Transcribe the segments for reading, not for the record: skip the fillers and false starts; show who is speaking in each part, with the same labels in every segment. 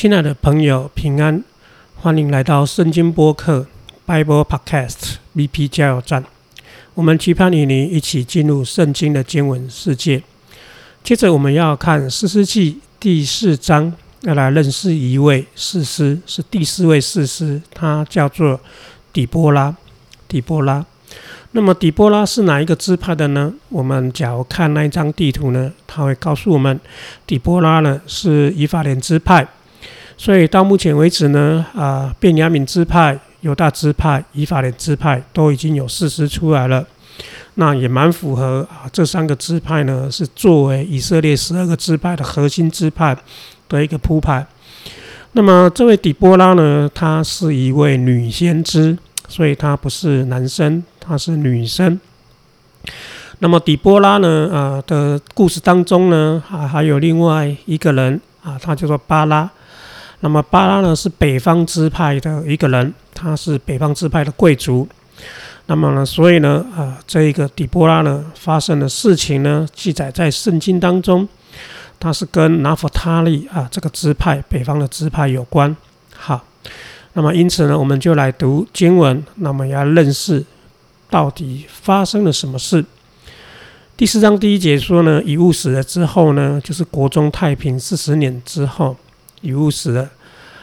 Speaker 1: 亲爱的朋友，平安，欢迎来到圣经播客 Bible Podcast BP 加油站。我们期盼与你一起进入圣经的经文世界。接着我们要看士师记第4章，要来认识一位士师，是第4位士师，他叫做底波拉。那么底波拉是哪一个支派的呢？我们假如看那一张地图呢，他会告诉我们，底波拉呢是以法莲支派。所以到目前为止呢，便雅悯支派、犹大支派、以法莲支派都已经有士师出来了。那也蛮符合这3个支派呢，是作为以色列12个支派的核心支派的一个铺排。那么这位底波拉呢，她是一位女先知，所以她不是男生，她是女生。那么底波拉呢，的故事当中呢，还有另外一个人他叫做巴拉。那么巴拉呢是北方支派的一个人，他是北方支派的贵族。那么呢，所以呢，这一个底波拉呢发生的事情呢，记载在圣经当中，它是跟拿弗他利这个支派，北方的支派有关。好，那么因此呢，我们就来读经文，那么要认识到底发生了什么事。第4章第1节说呢，以乌死了之后呢，就是国中太平40年之后，以乌死了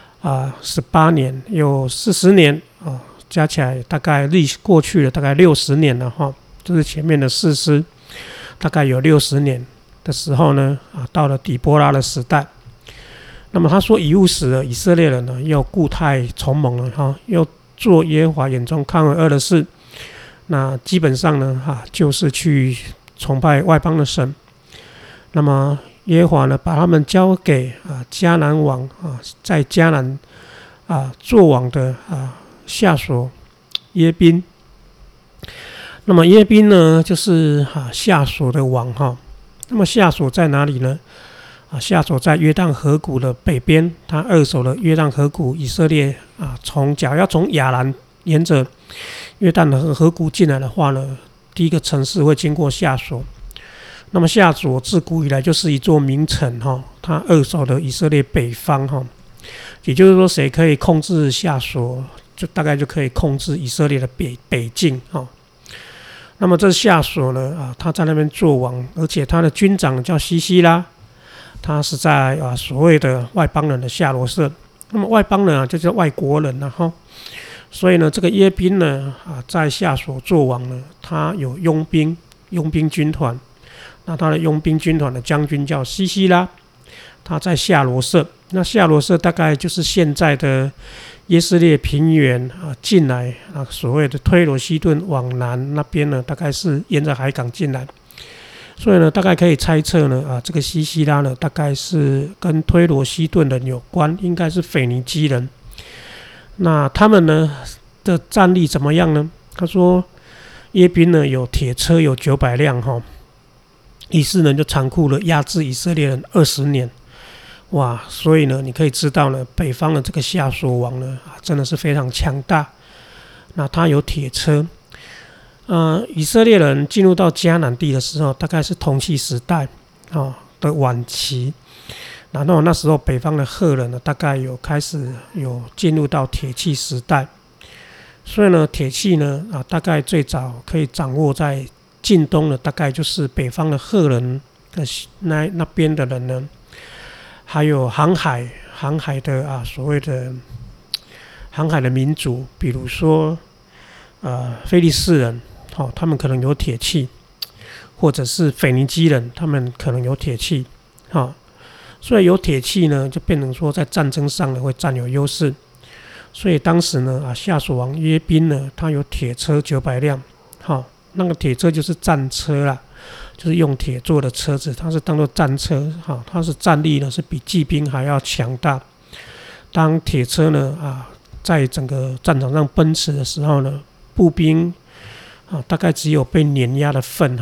Speaker 1: 18年，有40年加起来大概过去了大概60年了哈，就是前面的士师大概有60年的时候呢，到了底波拉的时代。那么他说以乌死了，以色列人呢又故态重蒙了哈，又做耶和华眼中看为恶的事。那基本上呢就是去崇拜外邦的神。那么耶和华呢把他们交给迦南王在迦南做王的夏所耶宾。那么耶宾呢就是夏所的王哈。那么夏所在哪里呢？夏所在约旦河谷的北边，他扼守了约旦河谷。以色列假如要从亚兰沿着约旦的河谷进来的话呢，第一个城市会经过夏所。那么夏所自古以来就是一座名城哈，它扼守了以色列北方哈，也就是说，谁可以控制夏所，就大概就可以控制以色列的北境哈。那么这夏所呢他在那边做王，而且他的军长叫西西拉，他是在所谓的外邦人的夏罗舍。那么外邦人就叫外国人哈。所以呢，这个耶宾呢在夏所做王呢，他有佣兵军团。那他的佣兵军团的将军叫西西拉，他在夏罗舍。那夏罗舍大概就是现在的耶斯列平原进来所谓的推罗西顿往南那边呢，大概是沿着海港进来。所以呢，大概可以猜测呢这个西西拉呢，大概是跟推罗西顿人有关，应该是腓尼基人。那他们呢的战力怎么样呢？他说耶宾呢有铁车有900辆哈。以色列人就残酷的压制以色列人20年，哇！所以呢，你可以知道呢，北方的这个夏所王呢，真的是非常强大。那他有铁车，以色列人进入到迦南地的时候，大概是铜器时代的晚期。然后那时候北方的赫人呢，大概开始进入到铁器时代。所以呢，铁器呢大概最早可以掌握在近东的，大概就是北方的赫人的那边的人呢，还有航海的所谓的航海的民族，比如说非利士人他们可能有铁器，或者是腓尼基人，他们可能有铁器所以有铁器呢，就变成说在战争上呢会占有优势。所以当时呢夏所王约宾呢，他有铁车900辆那个铁车就是战车啦，就是用铁做的车子，它是当作战车它是战力呢是比骑兵还要强大。当铁车呢在整个战场上奔驰的时候呢，步兵大概只有被碾压的份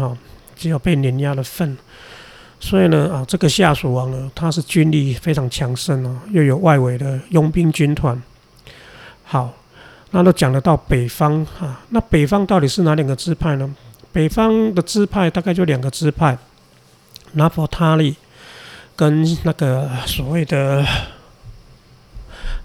Speaker 1: 所以呢这个夏所王呢，他是军力非常强盛又有外围的佣兵军团。好，那都讲得到北方那北方到底是哪2个支派呢？北方的支派大概就2个支派，拿弗他利跟那个所谓的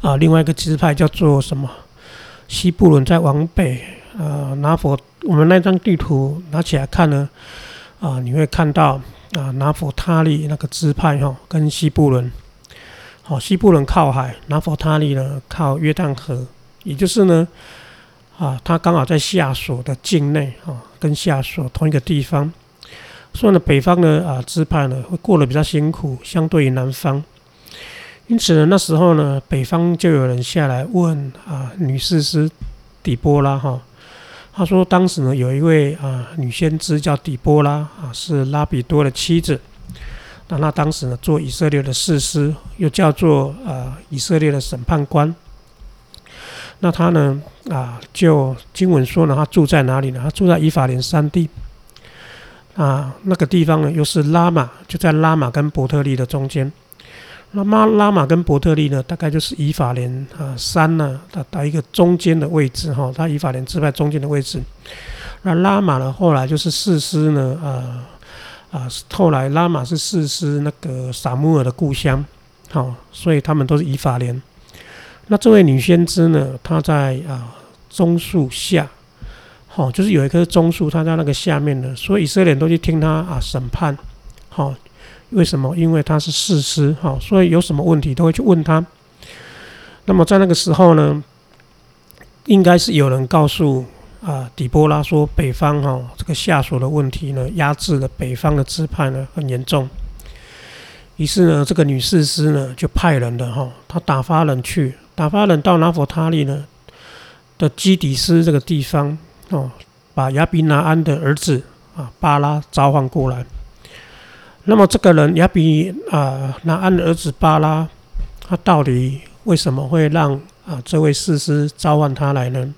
Speaker 1: 另外一个支派叫做什么？西布伦再往北，拿佛，我们那张地图拿起来看呢，你会看到拿佛他利那个支派跟西布伦，西布伦靠海，拿佛他利呢靠约旦河，也就是呢，它刚好在夏所的境内，跟夏所同一个地方，所以呢，北方的支派呢会过得比较辛苦，相对于南方。因此呢，那时候呢，北方就有人下来问女士师底波拉他说当时呢有一位女先知叫底波拉是拉比多的妻子，那她当时呢做以色列的士师，又叫做以色列的审判官。那她呢就经文说呢，她住在哪里呢？她住在以法莲山地那个地方呢又是拉玛，就在拉玛跟伯特利的中间。那么拉玛跟伯特利呢，大概就是以法莲山呢的一个中间的位置它以法莲支派中间的位置。那拉玛呢，后来就是士师呢后来拉玛是士师那个撒母耳的故乡，所以他们都是以法莲。那这位女先知呢，她在棕树下，就是有一棵棕树，她在那个下面呢，所以以色列人都去听她审判，为什么？因为他是士师，所以有什么问题都会去问他。那么在那个时候呢，应该是有人告诉底波拉说，北方这个夏所的问题呢，压制了北方的支派呢，很严重。于是呢，这个女士师呢就派人了他打发人到拿佛他利呢的基底斯这个地方把亚比拿安的儿子巴拉召唤过来。那么这个人亚比拿安的儿子巴拉，他到底为什么会让这位士师召唤他来呢？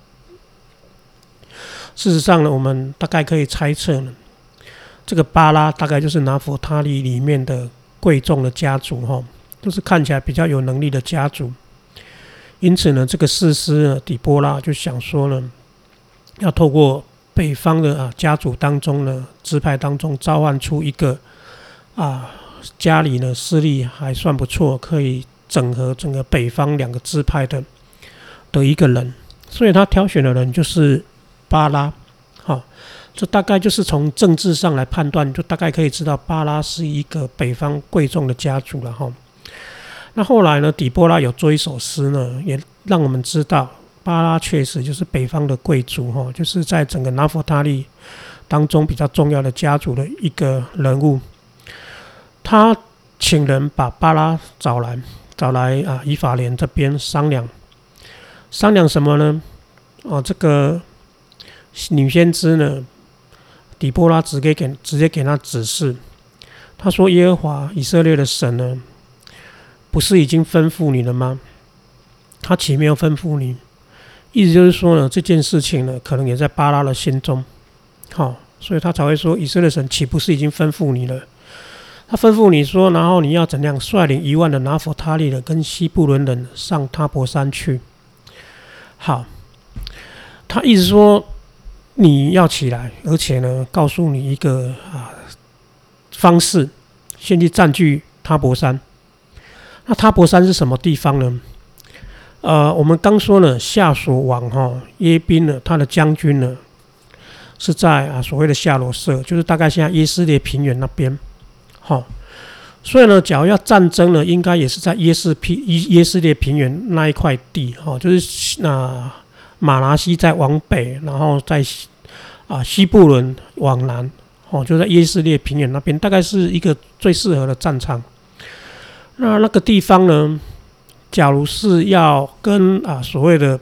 Speaker 1: 事实上呢，我们大概可以猜测呢，这个巴拉大概就是拿佛他利里面的贵重的家族都是看起来比较有能力的家族。因此呢，这个士师呢底波拉就想说呢，要透过北方的家族当中呢，支派当中召唤出一个家里呢势力还算不错，可以整合整个北方两个支派的一个人，所以他挑选的人就是巴拉。这大概就是从政治上来判断，就大概可以知道巴拉是一个北方贵重的家族了那后来呢，底波拉有做一首诗呢，也让我们知道巴拉确实就是北方的贵族就是在整个拿佛他利当中比较重要的家族的一个人物。他请人把巴拉找来以法莲这边商量什么呢？这个女先知呢，底波拉直接给他指示，他说：“耶和华以色列的神呢，不是已经吩咐你了吗？他岂没有吩咐你？”意思就是说呢，这件事情呢，可能也在巴拉的心中，所以他才会说：“以色列神岂不是已经吩咐你了？”他吩咐你说，然后你要怎样率领1万的拿佛他利人跟西布伦人上他伯山去。好，他意思说你要起来，而且呢，告诉你一个方式，先去占据他伯山。那他伯山是什么地方呢？我们刚说呢，夏所王耶宾呢，他的将军呢是在所谓的夏罗舍，就是大概现在耶斯列平原那边。所以呢，假如要战争呢，应该也是在耶斯列平原那一块地，就是马拿西再往北，然后在西布伦往南，就在耶斯列平原那边，大概是一个最适合的战场。那个地方呢，假如是要跟所谓的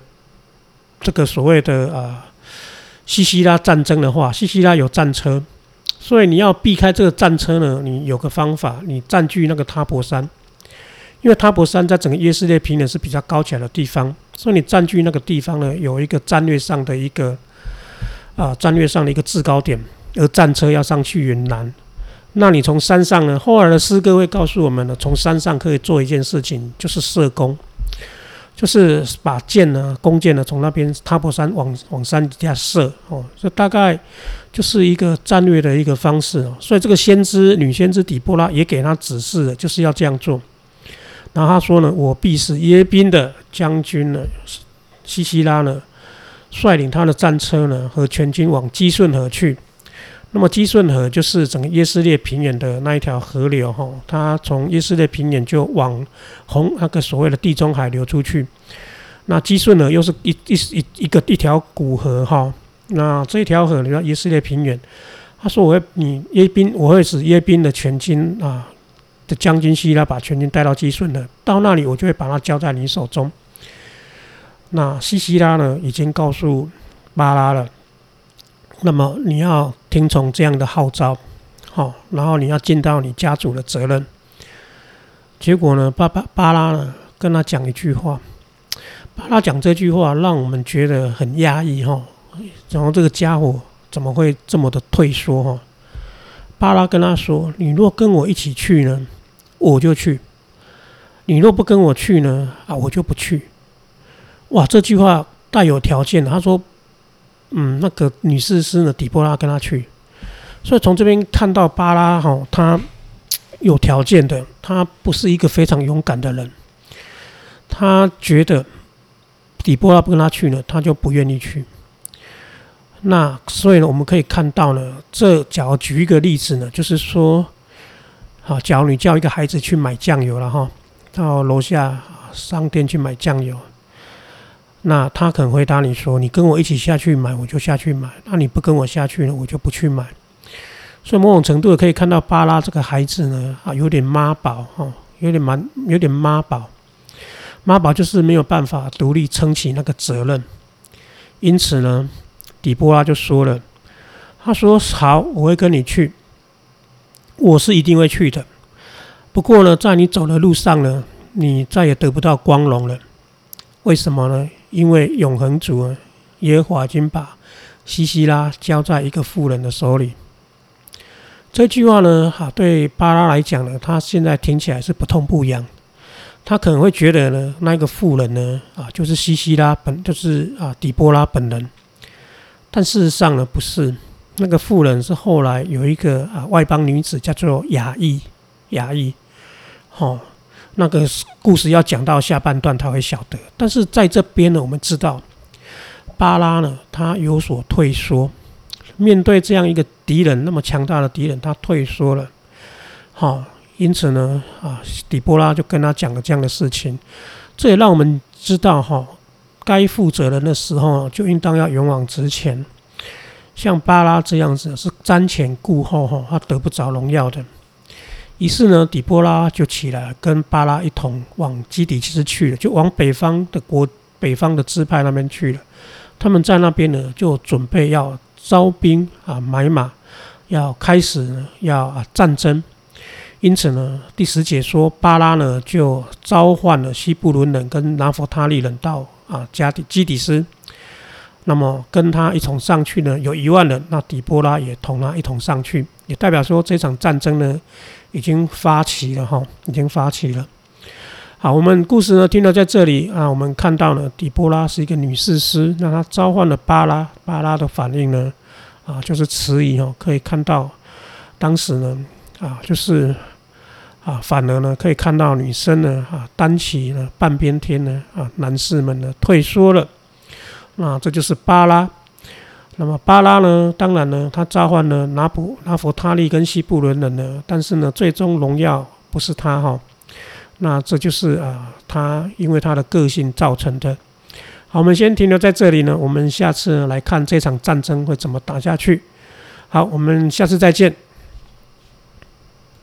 Speaker 1: 西西拉战争的话，西西拉有战车。所以你要避开这个战车呢，你有个方法，你占据那个他伯山，因为他伯山在整个耶斯列平原是比较高起来的地方，所以你占据那个地方呢，有一个战略上的一个制高点，而战车要上去云南。那你从山上呢，后来的诗歌会告诉我们呢，从山上可以做一件事情，就是射弓，就是把弓箭呢从那边他伯山往山底下射这大概就是一个战略的一个方式所以这个女先知底波拉也给他指示了，就是要这样做。然后他说呢，我必使耶宾的将军呢，西西拉呢，率领他的战车呢和全军往基顺河去。那么基顺河就是整个耶斯列平原的那一条河流哈，它从耶斯列平原就往那个所谓的地中海流出去。那基顺河又是一条古河哈，那这一条河流到耶斯列平原。他说我会使耶宾的全军的将军西拉把全军带到基顺河，到那里我就会把它交在你手中。那西拉呢已经告诉巴拉了，那么你要听从这样的号召，然后你要尽到你家族的责任。结果呢，巴拉呢跟他讲一句话，巴拉讲这句话让我们觉得很压抑然后这个家伙怎么会这么的退缩巴拉跟他说：“你若跟我一起去呢，我就去；你若不跟我去呢，我就不去。”哇，这句话带有条件的。他说：“那个女士师呢，底波拉跟他去。”所以从这边看到巴拉他有条件的，他不是一个非常勇敢的人。他觉得底波拉不跟他去呢，他就不愿意去。那所以呢，我们可以看到呢，假如举一个例子呢，就是说，假如你叫一个孩子去买酱油了到楼下商店去买酱油，那他可能回答你说：“你跟我一起下去买，我就下去买；那你不跟我下去呢，我就不去买。”所以某种程度可以看到巴拉这个孩子呢，有点妈宝有点妈宝。妈宝就是没有办法独立撑起那个责任，因此呢，底波拉就说了，他说：“好，我会跟你去，我是一定会去的。不过呢，在你走的路上呢，你再也得不到光荣了。为什么呢？因为永恒主耶和华已经把西西拉交在一个妇人的手里。”这句话呢，对巴拉来讲呢，他现在听起来是不痛不痒。他可能会觉得呢，那个妇人呢，就是西西拉就是底波拉本人。但事实上呢，不是。那个妇人是后来有一个外邦女子叫做雅意，那个故事要讲到下半段他会晓得。但是在这边呢，我们知道巴拉呢，他有所退缩，面对这样一个敌人，那么强大的敌人，他退缩了。因此呢，底波拉就跟他讲了这样的事情。这也让我们知道该负责任的时候就应当要勇往直前。像巴拉这样子是瞻前顾后他得不着荣耀的。于是呢，底波拉就起来跟巴拉一同往基底斯去了，就往北方的支派那边去了。他们在那边呢，就准备要招兵买马，要开始呢要战争。因此呢，第10节说，巴拉呢就召唤了西布伦人跟拿弗他利人到基底斯。那么跟他一同上去呢，有1万人。那底波拉也同他一同上去，也代表说这场战争呢已经发起了好，我们故事呢听到在这里我们看到呢，底波拉是一个女士师，那她召唤了巴拉，巴拉的反应呢就是迟疑可以看到当时呢就是反而呢可以看到女生呢担起呢半边天呢男士们呢退缩了。那这就是巴拉。那么巴拉呢，当然呢，他召唤了拿弗他利跟西布伦人呢，但是呢，最终荣耀不是他那这就是他因为他的个性造成的。好，我们先停留在这里呢，我们下次来看这场战争会怎么打下去。好，我们下次再见。